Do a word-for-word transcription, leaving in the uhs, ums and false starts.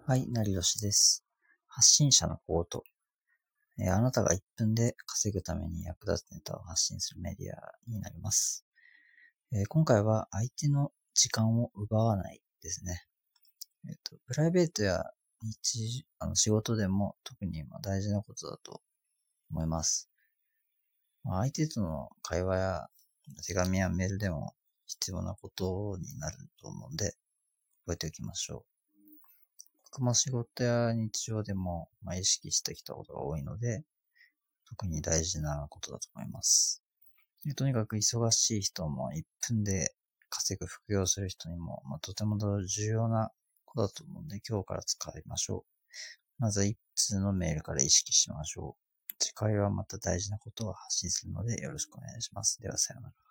はい、成吉です。発信者のコート。えーあなたがいっぷんで稼ぐために役立つネタを発信するメディアになります。えー今回は相手の時間を奪わないですね。えっと、プライベートや日、あの仕事でも特にまあ大事なことだと思います。まあ相手との会話や手紙やメールでも必要なことになると思うんで、覚えておきましょう。僕も仕事や日常でも、まあ、意識してきたことが多いので、特に大事なことだと思います。でとにかく忙しい人もいっぷんで稼ぐ副業する人にも、まあ、とても重要なことだと思うので、今日から使いましょう。まず一通のメールから意識しましょう。次回はまた大事なことを発信するのでよろしくお願いします。ではさようなら。